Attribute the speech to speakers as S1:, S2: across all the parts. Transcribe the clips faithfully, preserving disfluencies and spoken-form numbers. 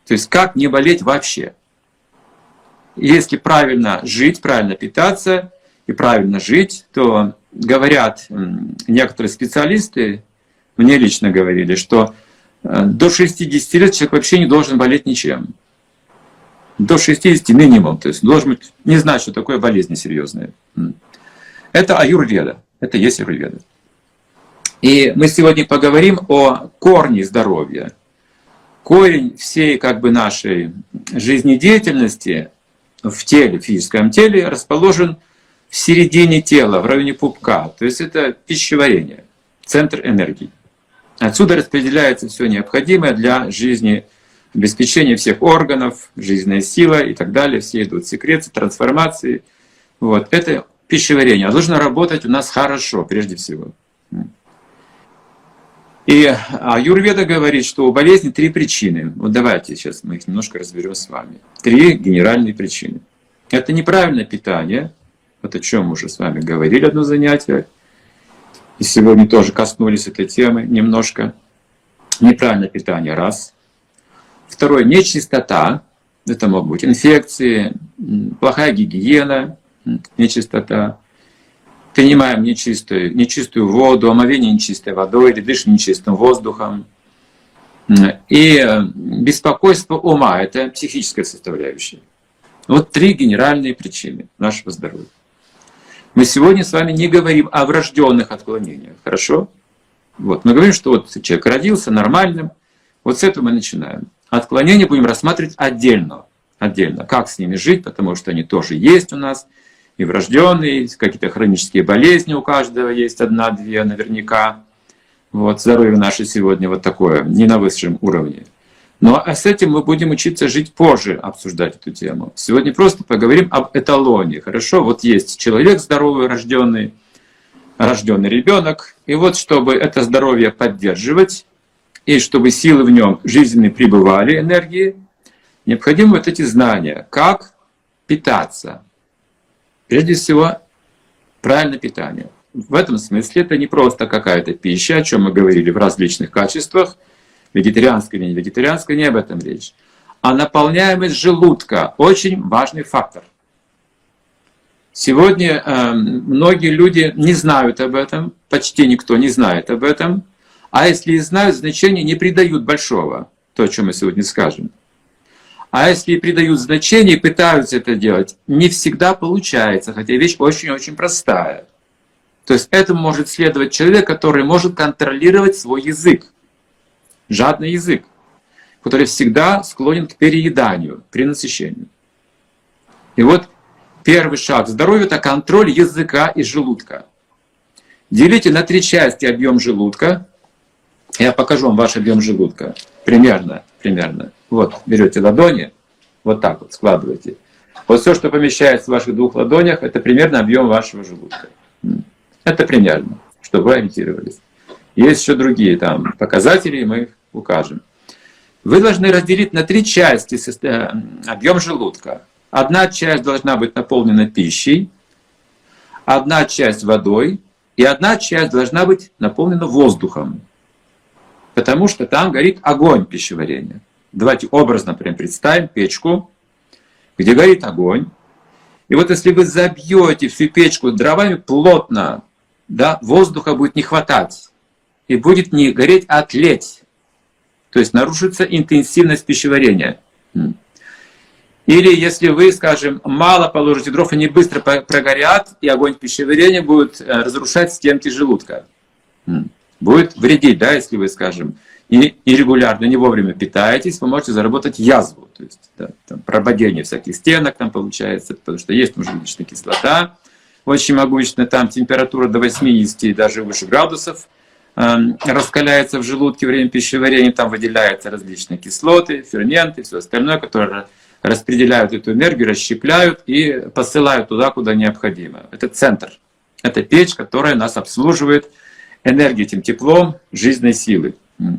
S1: То есть как не болеть вообще? Если правильно жить, правильно питаться и правильно жить, то говорят некоторые специалисты, мне лично говорили, что до шестидесяти лет человек вообще не должен болеть ничем. До шестидесяти минимум, то есть должен быть, не знать, что такое болезни серьезные. Это аюрведа, это есть аюрведа. И мы сегодня поговорим о корне здоровья. Корень всей как бы нашей жизнедеятельности в теле, в физическом теле, расположен в середине тела, в районе пупка. То есть это пищеварение, центр энергии. Отсюда распределяется все необходимое для жизни, обеспечения всех органов, жизненная сила и так далее. Все идут секреции, трансформации. Вот. Это пищеварение. Оно должно работать у нас хорошо, прежде всего. И аюрведа говорит, что у болезни три причины. Вот давайте сейчас мы их немножко разберем с вами. Три генеральные причины. Это неправильное питание, вот о чем мы уже с вами говорили одно занятие. И сегодня тоже коснулись этой темы немножко. Неправильное питание, раз. Второе, нечистота. Это могут быть инфекции, плохая гигиена, нечистота. Принимаем нечистую, нечистую воду, омовение нечистой водой или дышим нечистым воздухом. И беспокойство ума — это психическая составляющая. Вот три генеральные причины нашего здоровья. Мы сегодня с вами не говорим о врожденных отклонениях, хорошо? Вот, мы говорим, что вот человек родился нормальным, вот с этого мы начинаем. Отклонения будем рассматривать отдельно, отдельно, как с ними жить, потому что они тоже есть у нас. И врожденные, какие-то хронические болезни у каждого есть, одна-две наверняка. Вот, здоровье наше сегодня вот такое, не на высшем уровне. Но с этим мы будем учиться жить позже, обсуждать эту тему. Сегодня просто поговорим об эталоне. Хорошо, вот есть человек здоровый, рожденный, рожденный ребенок. И вот чтобы это здоровье поддерживать, и чтобы силы в нем жизненные пребывали, энергии, необходимы вот эти знания, как питаться. Прежде всего, правильное питание. В этом смысле это не просто какая-то пища, о чем мы говорили в различных качествах, вегетарианская или не вегетарианская, не об этом речь. А наполняемость желудка — очень важный фактор. Сегодня э, многие люди не знают об этом, почти никто не знает об этом, а если и знают, значения не придают большого, то, о чем мы сегодня скажем. А если придают значение и пытаются это делать, не всегда получается, хотя вещь очень-очень простая. То есть этому может следовать человек, который может контролировать свой язык, жадный язык, который всегда склонен к перееданию при насыщении. И вот первый шаг к здоровью — это контроль языка и желудка. Делите на три части объем желудка. Я покажу вам ваш объем желудка. Примерно, примерно. Вот, берете ладони, вот так вот складываете. Вот все, что помещается в ваших двух ладонях, это примерно объем вашего желудка. Это примерно, чтобы вы ориентировались. Есть еще другие там показатели, мы их укажем. Вы должны разделить на три части объем желудка. Одна часть должна быть наполнена пищей, одна часть водой, и одна часть должна быть наполнена воздухом. Потому что там горит огонь пищеварения. Давайте образно прям представим печку, где горит огонь. И вот если вы забьете всю печку дровами плотно, да, воздуха будет не хватать. И будет не гореть, а тлеть. То есть нарушится интенсивность пищеварения. Или если вы, скажем, мало положите дров, они быстро прогорят, и огонь пищеварения будет разрушать стенки желудка. Будет вредить, да, если вы, скажем, и, и регулярно, не вовремя питаетесь, вы можете заработать язву. То есть да, там, прободение всяких стенок там получается, потому что есть желудочная кислота, очень могущественная, там температура до восьмидесяти и даже выше градусов э, раскаляется в желудке во время пищеварения, там выделяются различные кислоты, ферменты, все остальное, которые распределяют эту энергию, расщепляют и посылают туда, куда необходимо. Это центр, это печь, которая нас обслуживает энергией, этим теплом, жизненной силы.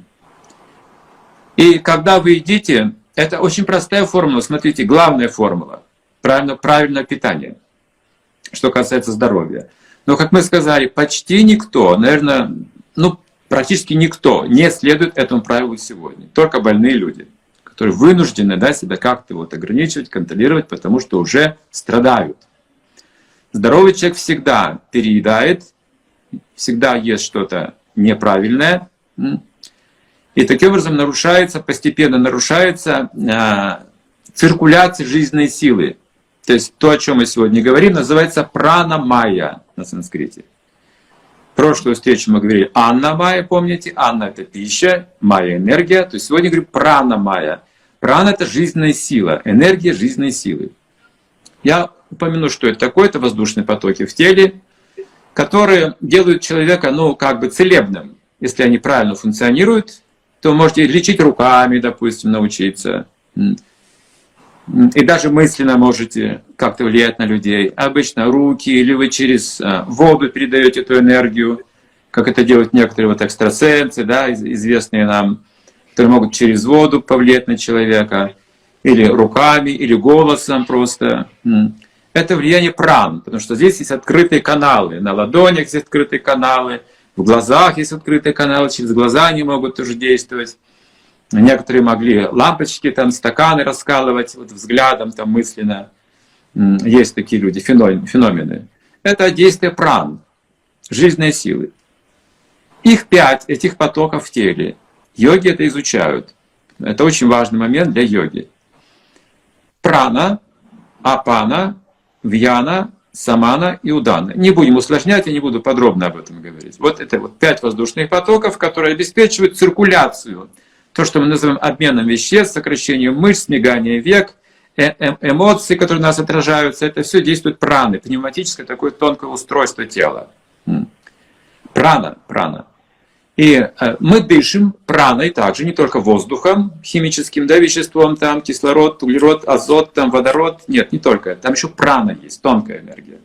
S1: И когда вы едите, это очень простая формула, смотрите, главная формула правильно, правильное питание, что касается здоровья. Но, как мы сказали, почти никто, наверное, ну, практически никто не следует этому правилу сегодня, только больные люди, которые вынуждены, да, себя как-то вот ограничивать, контролировать, потому что уже страдают. Здоровый человек всегда переедает, всегда ест что-то неправильное, и таким образом нарушается, постепенно нарушается э, циркуляция жизненной силы. То есть то, о чем мы сегодня говорим, называется прана-майя на санскрите. В прошлую встречу мы говорили анна-майя, помните? Анна — это пища, майя — энергия. То есть сегодня говорим прана-майя. Прана — это жизненная сила, энергия жизненной силы. Я упомяну, что это такое. Это воздушные потоки в теле, которые делают человека, ну, как бы целебным. Если они правильно функционируют, то можете лечить руками, допустим, научиться. И даже мысленно можете как-то влиять на людей. Обычно руки, или вы через воду передаете эту энергию, как это делают некоторые вот экстрасенсы, да, известные нам, которые могут через воду повлиять на человека, или руками, или голосом просто. Это влияние пран, потому что здесь есть открытые каналы, на ладонях есть открытые каналы, в глазах есть открытые каналы, через глаза они могут тоже действовать. Некоторые могли лампочки, там, стаканы раскалывать вот, взглядом, там, мысленно. Есть такие люди, феномены. Это действие пран, жизненной силы. Их пять, этих потоков в теле. Йоги это изучают. Это очень важный момент для йоги. Прана, апана, вьяна, самана и удана. Не будем усложнять, я не буду подробно об этом говорить. Вот это вот пять воздушных потоков, которые обеспечивают циркуляцию. То, что мы называем обменом веществ, сокращением мышц, мигание век, э э эмоции, которые у нас отражаются, это все действует праны, пневматическое такое тонкое устройство тела. Прана, прана. И э, мы дышим праной также, не только воздухом, химическим, да, веществом, там кислород, углерод, азот, там водород. Нет, не только это. Там еще прана есть, тонкая энергия.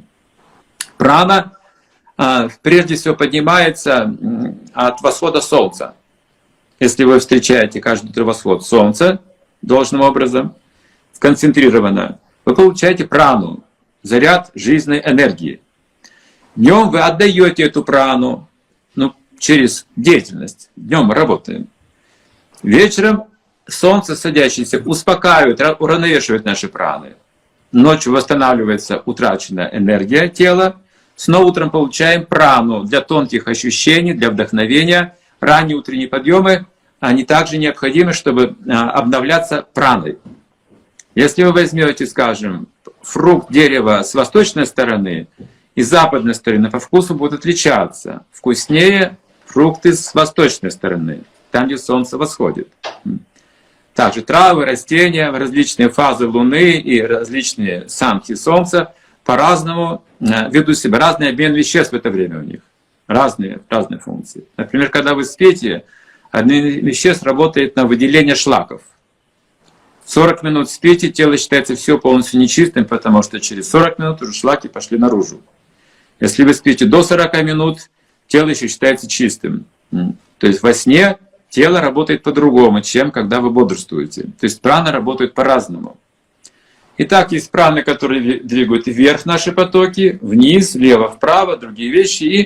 S1: Прана э, прежде всего поднимается э, от восхода солнца. Если вы встречаете каждый утро восход солнца должным образом, сконцентрированно, вы получаете прану, заряд жизненной энергии. Днем вы отдаете эту прану, ну, через деятельность. Днем мы работаем. Вечером солнце садящееся успокаивает, уравновешивает наши праны. Ночью восстанавливается утраченная энергия тела. Снова утром получаем прану для тонких ощущений, для вдохновения. Ранние утренние подъемы, они также необходимы, чтобы обновляться праной. Если вы возьмете, скажем, фрукт дерева с восточной стороны и с западной стороны, по вкусу будут отличаться. Вкуснее фрукты с восточной стороны, там, где солнце восходит. Также травы, растения, различные фазы Луны и различные самки Солнца по-разному ведут себя, разный обмен веществ в это время у них, разные, разные функции. Например, когда вы спите, одно из веществ работает на выделение шлаков. сорок минут спите, тело считается все полностью нечистым, потому что через сорок минут уже шлаки пошли наружу. Если вы спите до сорока минут, тело еще считается чистым. То есть во сне тело работает по-другому, чем когда вы бодрствуете. То есть праны работают по-разному. Итак, есть праны, которые двигают вверх наши потоки, вниз, влево, вправо, другие вещи. И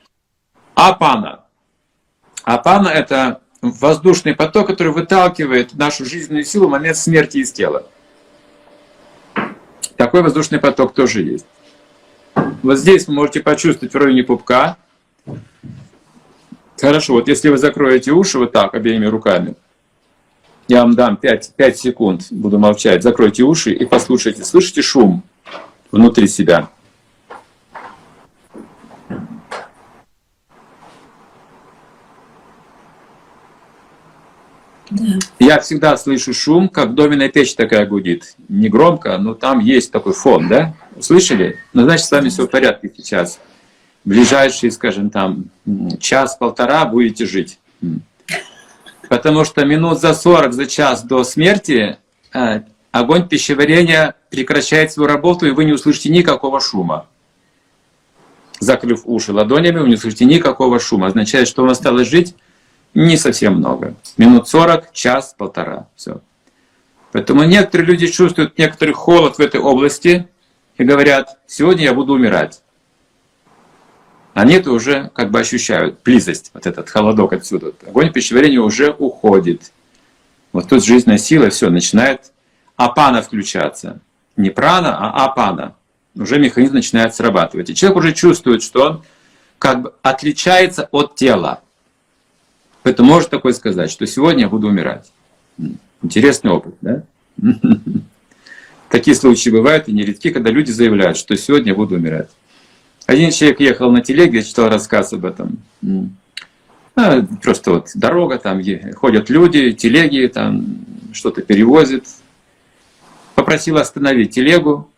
S1: апана. Апана — это воздушный поток, который выталкивает нашу жизненную силу в момент смерти из тела. Такой воздушный поток тоже есть. Вот здесь вы можете почувствовать в районе пупка. Хорошо, вот если вы закроете уши вот так, обеими руками, я вам дам пять, пять секунд, буду молчать, закройте уши и послушайте, слышите шум внутри себя?
S2: Да.
S1: Я всегда слышу шум, как доменная печь такая гудит. Не громко, но там есть такой фон, да? Услышали? Ну, значит, с вами все в порядке сейчас. Ближайшие, скажем, там, час-полтора будете жить. Потому что минут за сорок, за час до смерти э, огонь пищеварения прекращает свою работу, и вы не услышите никакого шума. Закрыв уши ладонями, вы не услышите никакого шума. Означает, что вам осталось жить не совсем много. Минут сорок, час, полтора. Все. Поэтому некоторые люди чувствуют некоторый холод в этой области и говорят: сегодня я буду умирать. Они это уже как бы ощущают, близость, вот этот холодок отсюда. Огонь пищеварения уже уходит. Вот тут жизненная сила, все, начинает апана включаться. Не прана, а апана. Уже механизм начинает срабатывать. И человек уже чувствует, что он как бы отличается от тела. Поэтому может такое сказать, что сегодня я буду умирать. Интересный опыт, да? Такие случаи бывают и нередки, когда люди заявляют, что сегодня я буду умирать. Один человек ехал на телеге, я читал рассказ об этом. А, просто вот дорога, там ходят люди, телеги, там что-то перевозят. Попросил остановить телегу,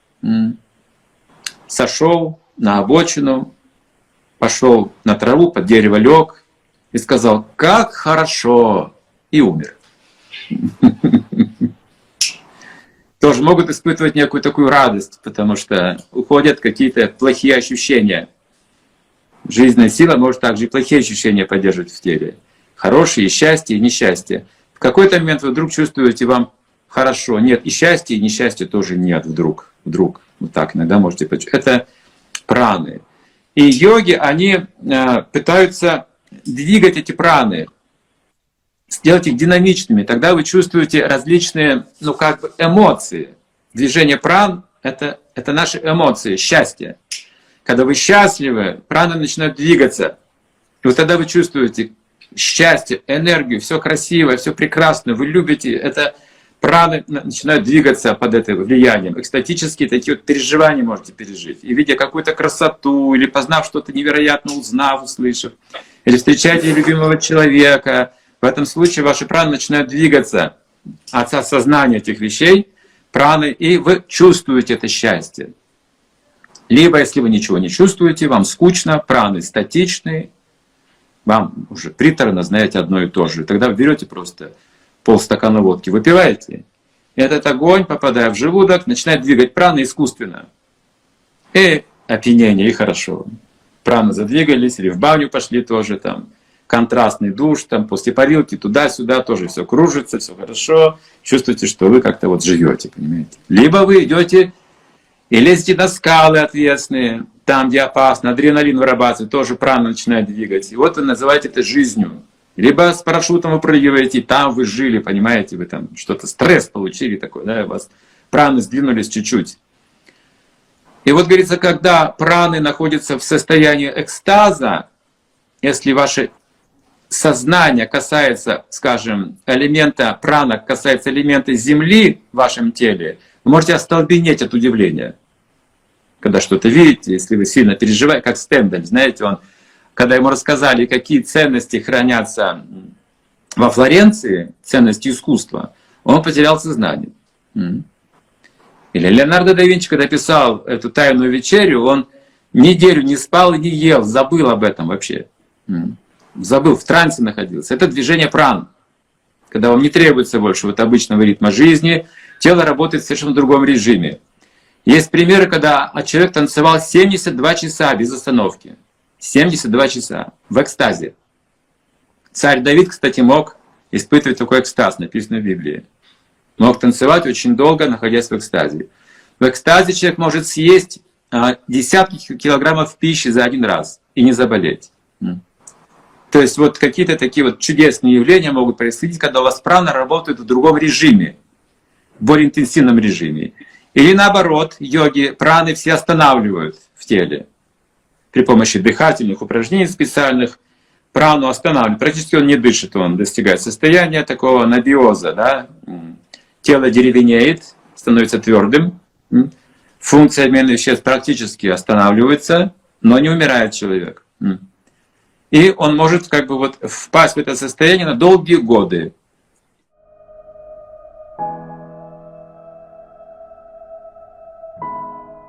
S1: сошел на обочину, пошел на траву, под дерево лег и сказал: «Как хорошо!» и умер. Тоже могут испытывать некую такую радость, потому что уходят какие-то плохие ощущения. Жизненная сила может также и плохие ощущения поддерживать в теле. Хорошие, и счастье, и несчастье. В какой-то момент вы вдруг чувствуете, вам хорошо. Нет, и счастья, и несчастья тоже нет вдруг. Вдруг. Вот так иногда можете почувствовать. Это праны. И йоги, они э, пытаются двигать эти праны, сделать их динамичными. Тогда вы чувствуете различные, ну как бы, эмоции. Движение пран — это, это наши эмоции, счастье. Когда вы счастливы, праны начинают двигаться. И вот тогда вы чувствуете счастье, энергию, все красивое, все прекрасно, вы любите. Это праны начинают двигаться под этим влиянием. Экстатические такие вот переживания можете пережить. И видя какую-то красоту, или познав что-то невероятно, узнав, услышав, или встречаете любимого человека, в этом случае ваши праны начинают двигаться от осознания этих вещей, праны, и вы чувствуете это счастье. Либо, если вы ничего не чувствуете, вам скучно, праны статичные, вам уже приторно, знаете, одно и то же. Тогда вы берете просто полстакана водки, выпиваете, и этот огонь, попадая в желудок, начинает двигать праны искусственно. И опьянение, и хорошо. Праны задвигались, или в баню пошли тоже, там, контрастный душ, там, после парилки, туда-сюда тоже все кружится, все хорошо. Чувствуете, что вы как-то вот живете, понимаете. Либо вы идете и лезете на скалы отвесные, там, где опасно, адреналин вырабатывает, тоже прана начинает двигать. И вот вы называете это жизнью. Либо с парашютом выпрыгиваете, и там вы жили, понимаете, вы там что-то, стресс получили такой, да, у вас праны сдвинулись чуть-чуть. И вот говорится, когда праны находятся в состоянии экстаза, если ваше сознание касается, скажем, элемента прана, касается элемента земли в вашем теле, вы можете остолбенеть от удивления. Когда что-то видите, если вы сильно переживаете, как Стендель, знаете, он, когда ему рассказали, какие ценности хранятся во Флоренции, ценности искусства, он потерял сознание. Или Леонардо да Винчи, когда писал эту «Тайную вечерю», он неделю не спал и не ел, забыл об этом вообще. Забыл, в трансе находился. Это движение пран. Когда вам не требуется больше вот обычного ритма жизни, тело работает в совершенно другом режиме. Есть примеры, когда человек танцевал семьдесят два часа без остановки. семьдесят два часа в экстазе. Царь Давид, кстати, мог испытывать такой экстаз, написано в Библии. Мог танцевать очень долго, находясь в экстазе. В экстазе человек может съесть десятки килограммов пищи за один раз и не заболеть. То есть вот какие-то такие вот чудесные явления могут происходить, когда у вас прана работает в другом режиме, в более интенсивном режиме. Или наоборот, йоги праны все останавливают в теле. При помощи дыхательных упражнений специальных прану останавливают. Практически он не дышит, он достигает состояния такого анабиоза. Да? Тело деревенеет, становится твердым. Функция обмена веществ практически останавливается, но не умирает человек. И он может как бы вот впасть в это состояние на долгие годы.